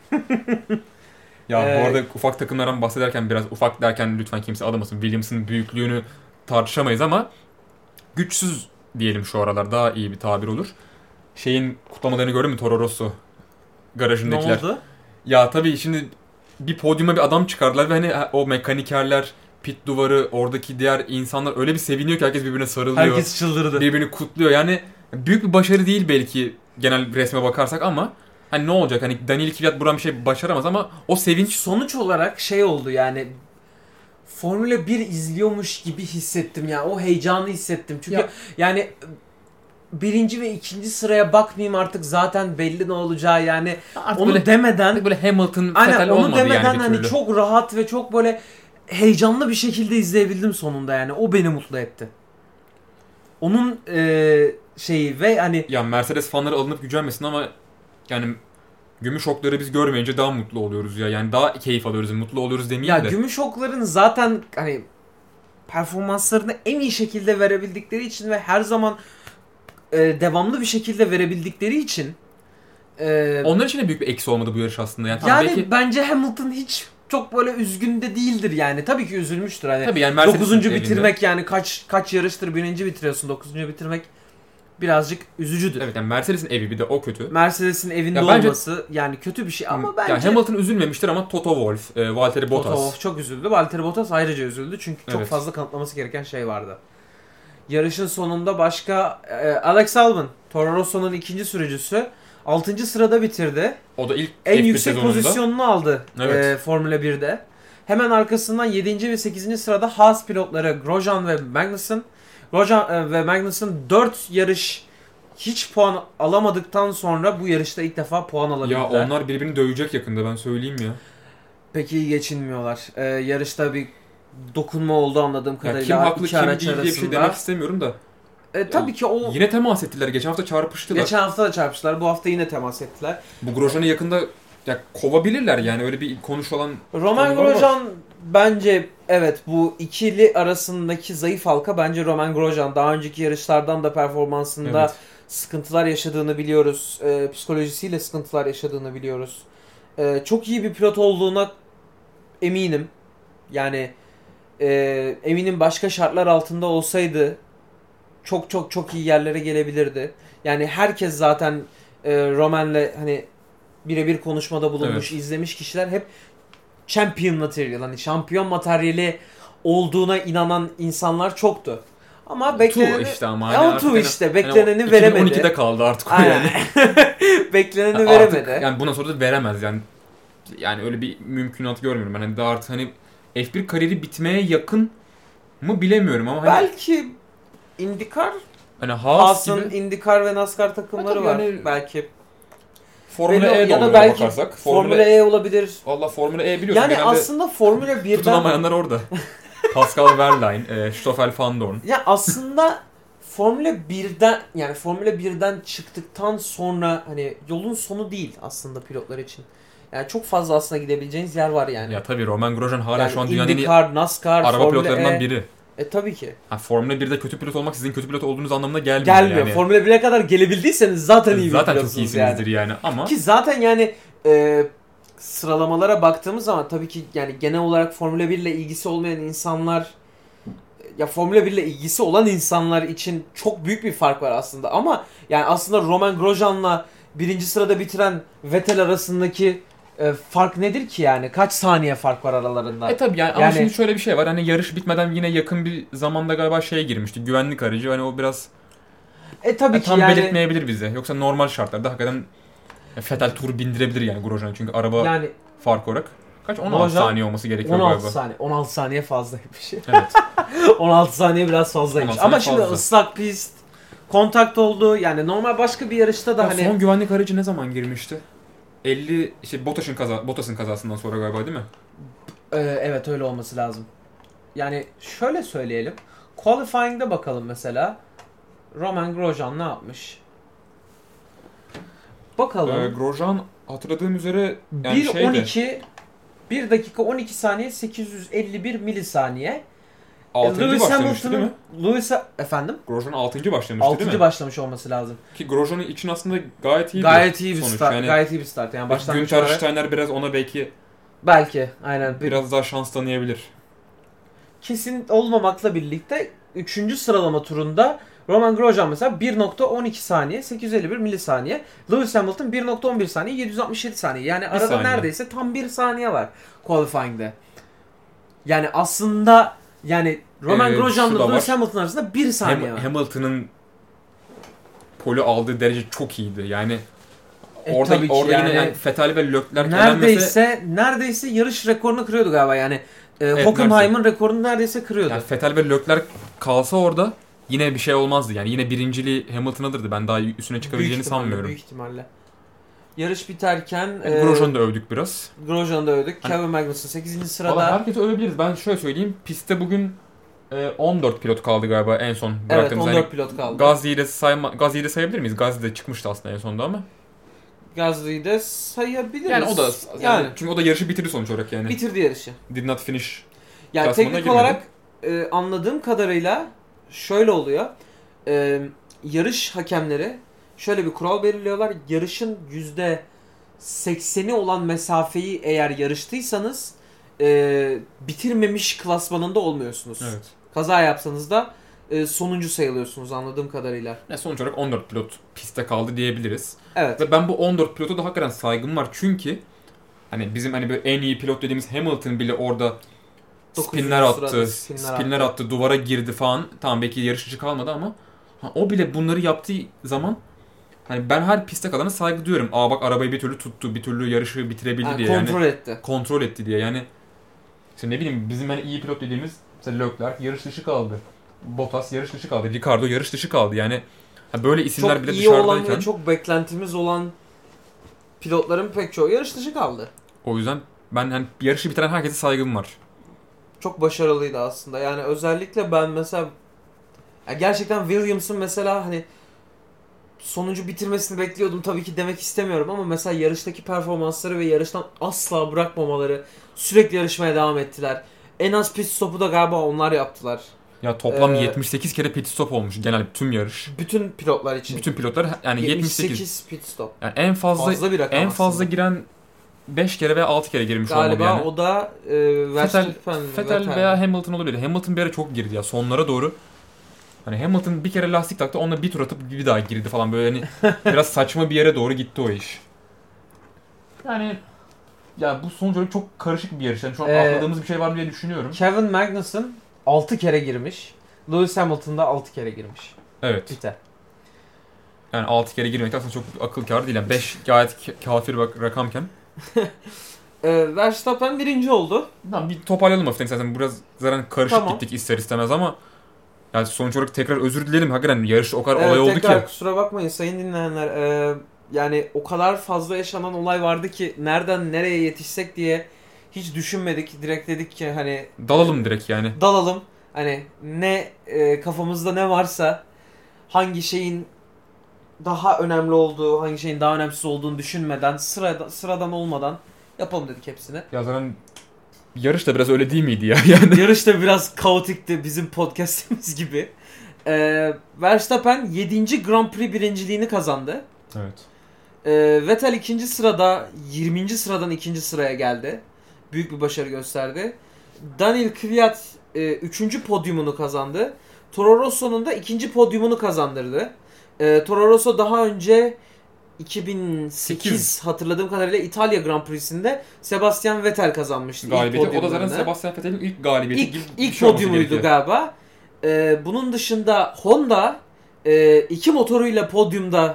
Ya bu arada ufak takımlardan bahsederken biraz ufak derken lütfen kimse alamasın. Williams'ın büyüklüğünü tartışamayız ama güçsüz diyelim şu aralar daha iyi bir tabir olur. Şeyin kutlamalarını gördün mü Toro Rosso garajındakiler? Ne oldu? Ya tabii şimdi bir podyuma bir adam çıkardılar ve hani o mekanikerler, pit duvarı, oradaki diğer insanlar öyle bir seviniyor ki herkes birbirine sarılıyor. Herkes çıldırdı. Birbirini kutluyor. Yani büyük bir başarı değil belki genel resme bakarsak ama hani ne olacak? Hani Daniil Kvyat buradan bir şey başaramaz ama o sevinç sonuç olarak şey oldu yani Formula 1 izliyormuş gibi hissettim ya. O heyecanı hissettim. Çünkü yani birinci ve ikinci sıraya bakmayayım artık zaten belli ne olacağı yani artık onu böyle, demeden böyle Hamilton Vettel olmadı demeden yani bir hani türlü. Çok rahat ve çok böyle heyecanlı bir şekilde izleyebildim sonunda yani. O beni mutlu etti. Onun şeyi ve hani ya Mercedes fanları alınıp gücenmesin ama yani gümüş okları biz görmeyince daha mutlu oluyoruz ya. Yani daha keyif alıyoruz, mutlu oluyoruz demeyeyim de. Ya gümüş okların zaten hani performanslarını en iyi şekilde verebildikleri için ve her zaman devamlı bir şekilde verebildikleri için onlar için de büyük bir eksi olmadı bu yarış aslında. Yani belki bence Hamilton hiç çok böyle üzgün de değildir yani. Tabii ki üzülmüştür hani. Tabii yani 9. bitirmek yani kaç yarıştır 1. bitiriyorsun 9. bitirmek birazcık üzücüdür. Evet yani Mercedes'in evi bir de o kötü. Mercedes'in evinde olması yani kötü bir şey ama bence... Yani Hamilton üzülmemiştir ama Toto Wolff, Valtteri Bottas. Toto Wolff çok üzüldü. Valtteri Bottas ayrıca üzüldü çünkü çok fazla kanıtlaması gereken şey vardı. Yarışın sonunda başka Alex Albon, Toro Rosso'nun ikinci sürücüsü 6. sırada bitirdi. O da ilk en yüksek sezonunda pozisyonunu aldı Formula 1'de. Hemen arkasından 7. ve 8. sırada Haas pilotları Grosjean ve Magnussen. Grosjean ve Magnussen 4 yarış hiç puan alamadıktan sonra bu yarışta ilk defa puan alabildiler. Ya onlar birbirini dövecek yakında, ben söyleyeyim ya. Pek iyi geçinmiyorlar. Yarışta bir dokunma oldu anladığım kadarıyla. Kim haklı iki kim araç değil diye bir şey demek istemiyorum da. Tabii ki o... Yine temas ettiler. Geçen hafta çarpıştılar. Geçen hafta da çarpıştılar. Bu hafta yine temas ettiler. Bu Grosjean'ı yakında ya kovabilirler yani, öyle bir konuşulan... Romain Grosjean bence evet, bu ikili arasındaki zayıf halka bence Romain Grosjean. Daha önceki yarışlardan da performansında sıkıntılar yaşadığını biliyoruz. Psikolojisiyle sıkıntılar yaşadığını biliyoruz. Çok iyi bir pilot olduğuna eminim. Yani eminim başka şartlar altında olsaydı çok çok çok iyi yerlere gelebilirdi. Yani herkes zaten Romain'le hani birebir konuşmada bulunmuş, izlemiş kişiler hep champion material, hani şampiyon materyali olduğuna inanan insanlar çoktu. Ama bekleneni bekleneni veremedi. 2012'de kaldı artık o yani. Bekleneni veremedi. Yani bundan sonra da veremez yani. Yani öyle bir mümkünat görmüyorum ben. Hani daha artık hani F1 kariyeri bitmeye yakın mı bilemiyorum ama belki IndyCar, hani Haas'ın IndyCar ve NASCAR takımları var yani, belki. Formula E ya da belki bakarsak. Formula E olabilir. Valla Formula E biliyorsun. Yani aslında Formula 1'den... Tutunamayanlar orada. Pascal Wehrlein, Stoffel Van Dorn. Ya aslında Formula 1'den çıktıktan sonra hani yolun sonu değil aslında pilotlar için. Yani çok fazla aslında gidebileceğiniz yer var yani. Ya tabii Romain Grosjean hala yani şu an dünyanın IndyCar, NASCAR, araba Formula pilotlarından biri. Tabii ki. Formula 1'de kötü pilot olmak sizin kötü pilot olduğunuz anlamına gelmiyor. Yani. Formula 1'e kadar gelebildiyseniz zaten iyi bir pilotsuz zaten çok iyisinizdir yani. Ama ki zaten yani sıralamalara baktığımız zaman tabii ki yani genel olarak Formula 1 ile ilgisi olmayan insanlar, ya Formula 1 ile ilgisi olan insanlar için çok büyük bir fark var aslında. Ama yani aslında Romain Grosjean'la birinci sırada bitiren Vettel arasındaki fark nedir ki yani? Kaç saniye fark var aralarında? Tabii yani ama şimdi şöyle bir şey var. Hani yarış bitmeden yine yakın bir zamanda galiba şeye girmişti. Güvenlik aracı. Hani o biraz tabii ki tam yani belirtmeyebilir bize. Yoksa normal şartlarda hakikaten Vettel turu bindirebilir yani Grosjean. Çünkü araba yani, fark olarak kaç? 16 saniye olması gerekiyor 16 galiba. 16 saniye. 16 saniye fazlaymış. Evet. 16 saniye biraz fazlaymış. Ama şimdi ıslak pist, kontakt oldu. Yani normal başka bir yarışta da ya hani... Son güvenlik aracı ne zaman girmişti? 50 işte Bottas'ın kazasından sonra galiba değil mi? Evet öyle olması lazım. Yani şöyle söyleyelim. Qualifying'de bakalım mesela. Romain Grosjean ne yapmış? Bakalım. Grosjean hatırladığım üzere yani 1 dakika 12 saniye 851 milisaniye. 6. başlamıştı değil mi? Efendim? Grosjean 6. başlamıştı değil mi? 6. başlamış olması lazım. Ki Grosjean için aslında gayet iyi bir start. Yani, gayet iyi bir start. Yani Günther Steiner biraz ona belki aynen biraz daha şans tanıyabilir. Kesin olmamakla birlikte 3. sıralama turunda Romain Grosjean mesela 1.12 saniye 851 milisaniye. Lewis Hamilton 1.11 saniye 767 saniye. Yani arada saniye. Neredeyse tam 1 saniye var qualifying'de. Yani aslında yani Romain Grosjean'la Lewis Hamilton arasında 1 saniye var. Hamilton'ın pole aldığı derece çok iyiydi. Yani orada yani, yine Vettel ve Leclerc neredeyse yarış rekorunu kırıyordu galiba yani. Hockenheim'ın rekorunu neredeyse kırıyordu. Yani Vettel ve Leclerc kalsa orada yine bir şey olmazdı. Yani yine birinciliği Hamilton alırdı. Ben daha üstüne çıkabileceğini sanmıyorum. Büyük ihtimalle. Yarış biterken Grosjean'ı da övdük biraz. Grosjean'ı da övdük. Hani, Kevin Magnussen 8. sırada. Valla herkesi övebiliriz. Ben şöyle söyleyeyim. Pistte bugün 14 pilot kaldı galiba en son bıraktığımız. Evet 14 pilot kaldı. Gazli'yi de sayabilir miyiz? Gazli de çıkmıştı aslında en sonunda ama. Gazli'yi de sayabiliriz. Yani o da çünkü o da yarışı bitirdi sonuç olarak yani. Bitirdi yarışı. Did not finish. Yani teknik olarak anladığım kadarıyla şöyle oluyor. Yarış hakemleri şöyle bir kural belirliyorlar. Yarışın %80'i olan mesafeyi eğer yarıştıysanız bitirmemiş klasmanında olmuyorsunuz. Evet. Kaza yapsanız da sonuncu sayılıyorsunuz anladığım kadarıyla. Sonuç olarak 14 pilot pistte kaldı diyebiliriz. Evet. Ve ben bu 14 pilota da hakikaten saygım var. Çünkü hani bizim hani böyle en iyi pilot dediğimiz Hamilton bile orada spinler attı, duvara girdi falan. Tamam belki yarışıcı kalmadı ama o bile bunları yaptığı zaman hani ben her pistte kalana saygı duyuyorum. Bak arabayı bir türlü tuttu, bir türlü yarışı bitirebildi diye. Kontrol etti diye. Yani işte ne bileyim bizim hani iyi pilot dediğimiz mesela Leclerc yarış dışı kaldı. Bottas yarış dışı kaldı. Ricardo yarış dışı kaldı. Yani Böyle isimler çok bile iyi olan dışarıdayken. ve çok beklentimiz olan pilotların pek çoğu yarış dışı kaldı. O yüzden ben hani yarışı bitiren herkese saygım var. Çok başarılıydı aslında. Yani özellikle ben mesela gerçekten Williams'ın mesela hani sonuncu bitirmesini bekliyordum tabii ki demek istemiyorum ama mesela yarıştaki performansları ve yarıştan asla bırakmamaları, sürekli yarışmaya devam ettiler. En az pit stopu da galiba onlar yaptılar. Ya toplam 78 kere pit stop olmuş genel tüm yarış. Bütün pilotlar için. Bütün pilotlar yani 78 pit stop. Yani en fazla bir rakam en fazla aslında. giren 5 kere veya 6 kere girmiş olmalı yani. Galiba o da Vettel veya Hamilton olabilir. Hamilton bir ara çok girdi ya sonlara doğru. Hani Hamilton bir kere lastik taktı, onunla bir tur atıp bir daha girdi falan böyle hani biraz saçma bir yere doğru gitti o iş. Yani ya bu sonuç olarak çok karışık bir yarış. Yani şu an atladığımız bir şey var mı diye düşünüyorum. Kevin Magnussen 6 kere girmiş. Lewis Hamilton da 6 kere girmiş. Evet. Biter. Yani 6 kere girmek aslında çok akıl kârı değil. Yani 5 gayet kafir rakamken. Verstappen birinci oldu. Tamam, bir toparlayalım hafiften zaten. Biraz zaten karışık Tamam. gittik ister istemez ama yani sonuç olarak tekrar özür dilerim. Hakikaten yarış o kadar olay oldu tekrar ki. kusura bakmayın sayın dinleyenler. Yani o kadar fazla yaşanan olay vardı ki nereden nereye yetişsek diye hiç düşünmedik. Direkt dedik ki hani Dalalım direkt yani. dalalım. Hani ne kafamızda ne varsa hangi şeyin daha önemli olduğu, hangi şeyin daha önemsiz olduğunu düşünmeden, sıradan olmadan yapalım dedik hepsini. Ya zaten yarış da biraz öyle değil miydi ya? Yani Yarış da biraz kaotikti bizim podcast'imiz gibi. Verstappen 7. Grand Prix birinciliğini kazandı. evet. Vettel 2. sırada 20. sıradan 2. sıraya geldi. Büyük bir başarı gösterdi. Daniel Kvyat 3. podyumunu kazandı. Toro Rosso'nun da 2. podyumunu kazandırdı. Toro Rosso daha önce 2008 hatırladığım kadarıyla İtalya Grand Prix'sinde Sebastian Vettel kazanmıştı. Galibiyeti. O da zaten Sebastian Vettel'in ilk galibiyeti gibi bir ilk şey olması podyumuydu gerekiyor. galiba. Bunun dışında Honda 2 motoruyla podyumda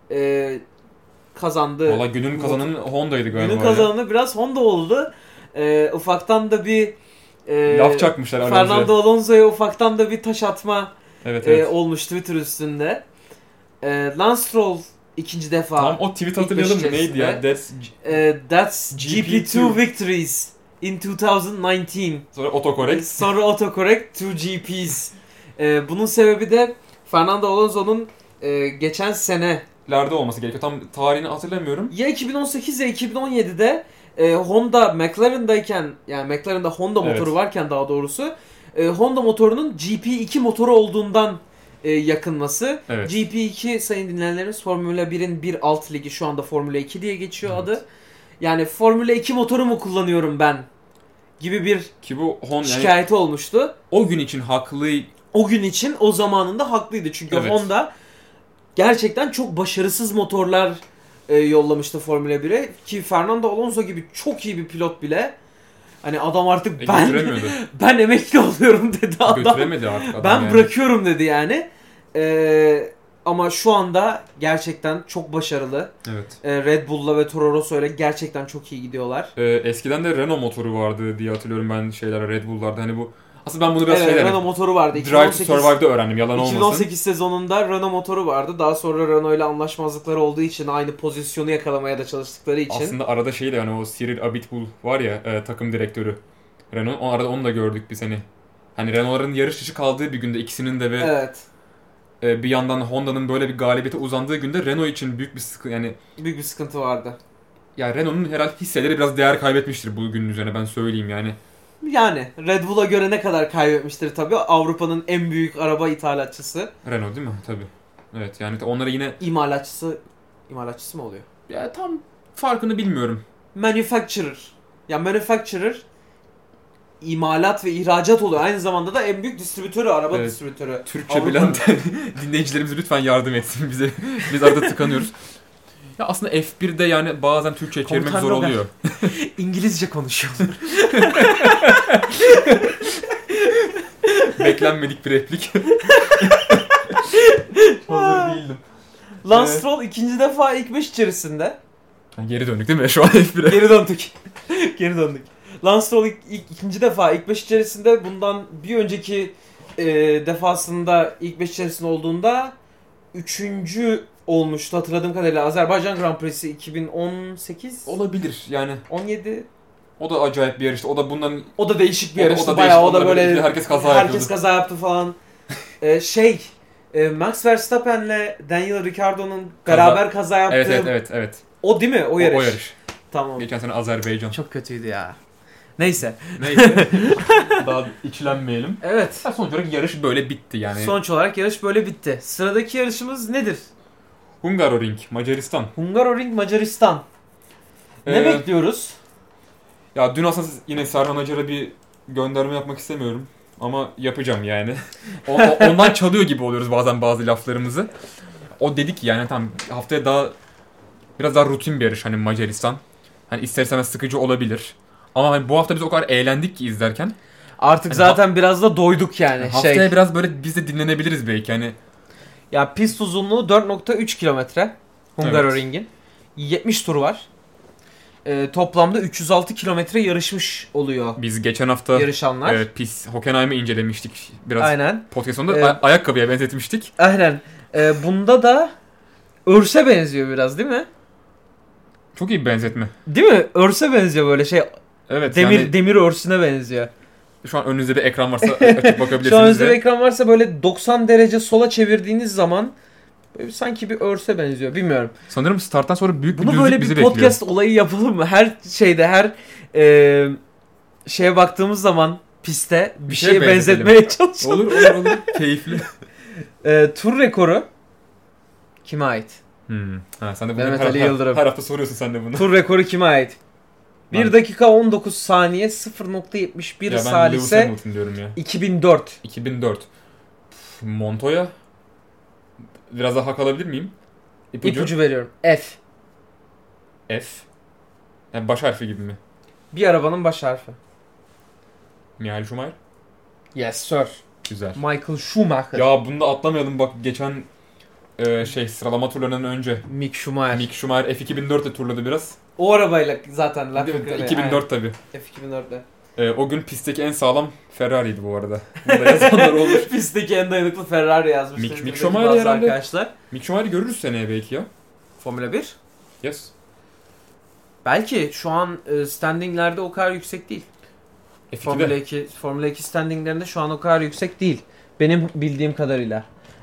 kazandı. Valla günün kazananı Honda'ydı galiba. Günün kazananı biraz Honda oldu. Ufaktan da bir laf çakmışlar Fernando Alonso'ya ufaktan da bir taş atma evet. olmuş Twitter üstünde. Lance Stroll ikinci defa. Tamam, o tweet hatırlayalım mı? Neydi ya? That's GP2 victories in 2019. Sonra autocorrect. Sonra autocorrect 2 GPs. Bunun sebebi de Fernando Alonso'nun geçen sene Lerde olması gerekiyor. Tam tarihini hatırlamıyorum. ya 2018 ya 2017'de Honda McLaren'dayken, yani McLaren'da Honda motoru varken daha doğrusu Honda motorunun GP2 motoru olduğundan yakınması. Evet. GP2 sayın dinleyenlerimiz Formula 1'in bir alt ligi, şu anda Formula 2 diye geçiyor adı. Yani Formula 2 motoru mu kullanıyorum ben gibi bir ki bu Honda şikayeti olmuştu. O gün için haklı. O gün için o zamanında haklıydı çünkü Honda gerçekten çok başarısız motorlar yollamıştı Formula 1'e ki Fernando Alonso gibi çok iyi bir pilot bile hani adam artık ben emekli oluyorum dedi adam. Götüremedi artık adam ben yani. Bırakıyorum dedi yani. Ama şu anda gerçekten çok başarılı. Evet. Red Bull'la ve Toro Rosso'yla gerçekten çok iyi gidiyorlar. Eskiden de Renault motoru vardı diye hatırlıyorum ben Red Bull'larda. Hani bu aslında ben bunu biraz Renault motoru vardı. Drive to Survive'da öğrendim, yalan olmasın. 2018 sezonunda Renault motoru vardı. Daha sonra Renault ile anlaşmazlıkları olduğu için, aynı pozisyonu yakalamaya da çalıştıkları için. Aslında arada şey de hani o Cyril Abiteboul var ya, takım direktörü Renault. Arada onu da gördük biz hani. Hani Renault'ların yarış dışı kaldığı bir günde ikisinin de ve bir yandan Honda'nın böyle bir galibiyete uzandığı günde Renault için büyük bir sıkıntı büyük bir sıkıntı vardı. Ya Renault'un herhalde hisseleri biraz değer kaybetmiştir bu günün üzerine, ben söyleyeyim yani. Yani Red Bull'a göre ne kadar kaybetmiştir tabii. Avrupa'nın en büyük araba ithalatçısı. Renault değil mi? Tabii. Evet yani onlara yine... İmalatçısı mı oluyor? Ya tam farkını bilmiyorum. Manufacturer. Ya manufacturer imalat ve ihracat oluyor. Aynı zamanda da en büyük distribütörü, araba distribütörü. Türkçe bilen dinleyicilerimiz lütfen yardım etsin bize. Biz arada tıkanıyoruz. Ya aslında F1'de yani bazen Türkçe'ye çevirmek zor oluyor. İngilizce konuşuyorlar. Beklenmedik bir replik. Hazır değildim. Lance Stroll ikinci defa ilk 5 içerisinde. Geri döndük değil mi şu an F1'e? Geri döndük. Lance Stroll ikinci defa ilk 5 içerisinde. Bundan bir önceki defasında ilk 5 içerisinde olduğunda üçüncü olmuştu hatırladığım kadarıyla. Azerbaycan Grand Prix'si 2018 olabilir yani. 17. O da acayip bir yarıştı. O da bundan O da değişik bir yarıştı. O da bayağı o da böyle herkes kaza yapıyordu. Herkes kaza yaptı falan. Max Verstappen'le Daniel Ricciardo'nun beraber kaza yaptığı. Evet. O değil mi? O yarış. O yarış. Tamam. Geçen sene Azerbaycan. Çok kötüydü ya. Neyse. Daha içlenmeyelim. Evet. Sonuç olarak yarış böyle bitti yani. Sonuç olarak yarış böyle bitti. Sıradaki yarışımız nedir? Hungaroring, Macaristan. Hungaroring, Macaristan. Ne bekliyoruz? Ya dün aslında yine Serhan Acar'a bir gönderme yapmak istemiyorum. Ama yapacağım yani. Ondan çalıyor gibi oluyoruz bazen bazı laflarımızı. O dedi ki yani tamam haftaya biraz daha rutin bir yarış hani Macaristan. Hani ister istemez sıkıcı olabilir. Ama hani bu hafta biz o kadar eğlendik ki izlerken. Artık hani zaten biraz da doyduk yani. Haftaya biraz böyle biz de dinlenebiliriz belki hani. Ya pist uzunluğu 4.3 kilometre Hungaroring'in. Evet. 70 tur var. Toplamda 306 kilometre yarışmış oluyor. Biz geçen hafta yarışanlar. Hockenheim'i incelemiştik. Biraz aynen. Podcast'ında ayakkabıya benzetmiştik. Aynen. Bunda da örse benziyor biraz değil mi? Çok iyi bir benzetme. Değil mi? Örse benziyor böyle şey. Evet. Demir örsüne benziyor. Şu an önünüzde bir ekran varsa açıp bakabilirsiniz. Şu an önünüzde bir ekran varsa böyle 90 derece sola çevirdiğiniz zaman sanki bir örse benziyor. Bilmiyorum. Sanırım starttan sonra büyük bir düzlük bizi bekliyor. Bunu böyle bir podcast olayı yapılır mı? Her şeyde her şeye baktığımız zaman pistte bir şeye benzetmeye çalışalım. Olur. Keyifli. Tur rekoru kime ait? Sen de bunu Mehmet Ali Yıldırım. Her hafta soruyorsun sen de bunu. Tur rekoru kime ait? 1 dakika 19 saniye 0.71 salise. Ben Lewis Hamilton diyorum ya. 2004. Montoya. Biraz daha hak alabilir miyim? İpucu veriyorum. F. Yani baş harfi gibi mi? Bir arabanın baş harfi. Michael Schumacher? Yes sir. Güzel. Michael Schumacher. Ya bunu da atlamayalım bak geçen sıralama turlarından önce. Mick Schumacher F2004'te turladı biraz. O arabayla zaten. 2004 tabii. F2004'te. O gün pistteki en sağlam Ferrari'ydi bu arada. Burada yazanlar olmuş. Pistteki en dayanıklı Ferrari yazmışlar. Mick Schumacher herhalde. Arkadaşlar. Mick Schumacher'i görürüz seneye belki ya. Formula 1? Yes. Belki şu an standinglerde o kadar yüksek değil. Formula 2 standinglerinde şu an o kadar yüksek değil. Benim bildiğim kadarıyla.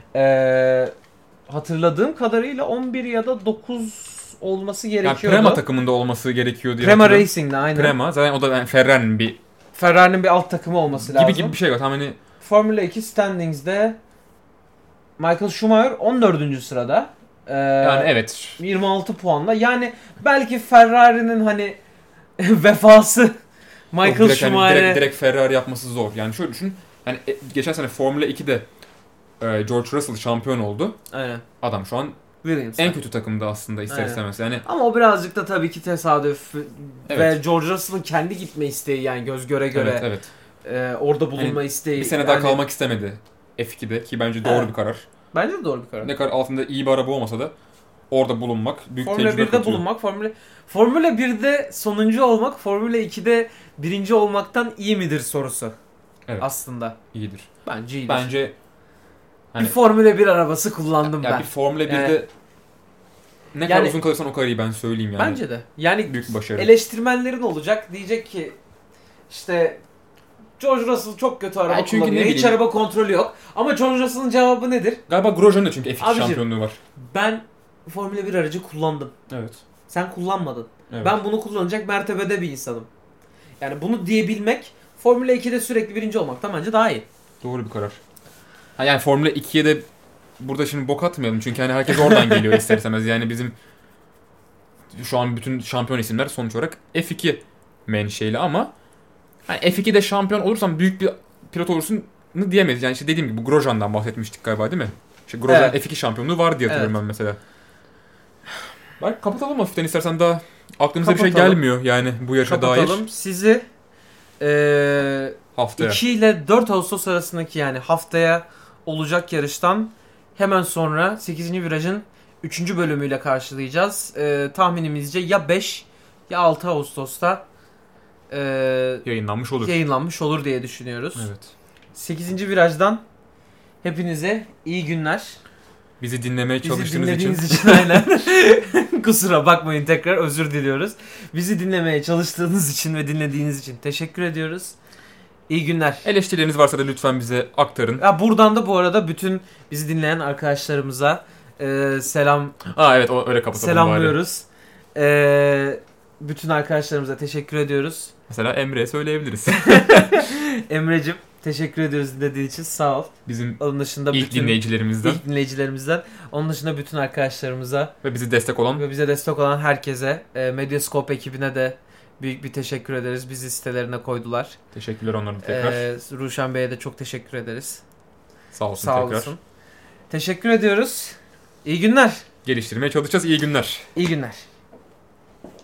Hatırladığım kadarıyla 11 ya da 9 olması gerekiyordu. Yani Prema takımında olması gerekiyor diye. Prema Racing'de aynen. Prema zaten o da Ferrari'nin bir alt takımı olması lazım. Gibi bir şey var. Hani Formula 2 standings'de Michael Schumacher 14. sırada. Yani evet. 26 puanla. Yani belki Ferrari'nin hani vefası Michael Schumacher'e direkt Ferrari yapması zor. Yani şöyle düşün. Hani geçen sene Formula 2'de George Russell şampiyon oldu. Aynen. Adam şu an Williams'da. En kötü takımda aslında ister istemez. Yani ama o birazcık da tabii ki tesadüf ve George Russell'ın kendi gitme isteği yani göz göre göre. Evet. Orada bulunma isteği. Bir sene daha kalmak istemedi F2'de ki bence doğru bir karar. Bence de doğru bir karar. Ne kadar altında iyi bir araba olmasa da orada bulunmak büyük Formula tecrübe 1'de katıyor. bulunmak, Formula 1'de sonuncu olmak, Formula 2'de birinci olmaktan iyi midir sorusu. Evet. Aslında. İyidir. Bence iyidir. Bence bir Formula 1 arabası kullandım ben. Bir Formula 1'de ne kadar uzun kalırsan o kadar iyi ben söyleyeyim yani. Bence de. Yani büyük başarı. Eleştirmenlerin olacak. Diyecek ki işte George Russell çok kötü araba kullanıyor. Hiç araba kontrolü yok. Ama George Russell'ın cevabı nedir? Galiba Grosjean'ın da çünkü F2 şampiyonluğu var. Ben Formula 1 aracı kullandım. Evet. Sen kullanmadın. Evet. Ben bunu kullanacak mertebede bir insanım. Yani bunu diyebilmek Formula 2'de sürekli birinci olmaktan bence daha iyi. Doğru bir karar. Yani Formula 2'ye de burada şimdi bok atmayalım çünkü hani herkes oradan geliyor ister istemez. Yani bizim şu an bütün şampiyon isimler sonuç olarak F2 menşeili ama hani F2'de şampiyon olursan büyük bir pilot olursun diyemeyiz. Yani işte dediğim gibi Grosjean'dan bahsetmiştik galiba değil mi? İşte Grosjean F2 şampiyonluğu var diye hatırlıyorum ben mesela. Bak kapatalım hafiften istersen daha aklımıza bir şey gelmiyor yani bu yarışa dair. Kapatalım. Sizi haftaya 2 ile 4 Ağustos arasındaki yani haftaya olacak yarıştan hemen sonra 8. virajın 3. bölümüyle karşılayacağız. Tahminimizce ya 5 ya 6 Ağustos'ta yayınlanmış olur diye düşünüyoruz. Evet. 8. virajdan hepinize iyi günler. Bizi dinlemeye çalıştığınız dinlediğiniz için aynen. Kusura bakmayın, tekrar özür diliyoruz. Bizi dinlemeye çalıştığınız için ve dinlediğiniz için teşekkür ediyoruz. İyi günler. Eleştirileriniz varsa da lütfen bize aktarın. Ya buradan da bu arada bütün bizi dinleyen arkadaşlarımıza selam. Evet, öyle kapatalım. Selamlıyoruz. Bütün arkadaşlarımıza teşekkür ediyoruz. Mesela Emre'ye söyleyebiliriz. Emre'cim teşekkür ediyoruz dinlediğin için, sağ ol. Bizim onun dışında ilk dinleyicilerimizden. Onun dışında bütün arkadaşlarımıza ve bize destek olan herkese, Medyascope ekibine de büyük bir teşekkür ederiz. Bizi sitelerine koydular. Teşekkürler onlara tekrar. Ruşen Bey'e de çok teşekkür ederiz. Sağ olsun. Teşekkür ediyoruz. İyi günler. Geliştirmeye çalışacağız. İyi günler. İyi günler.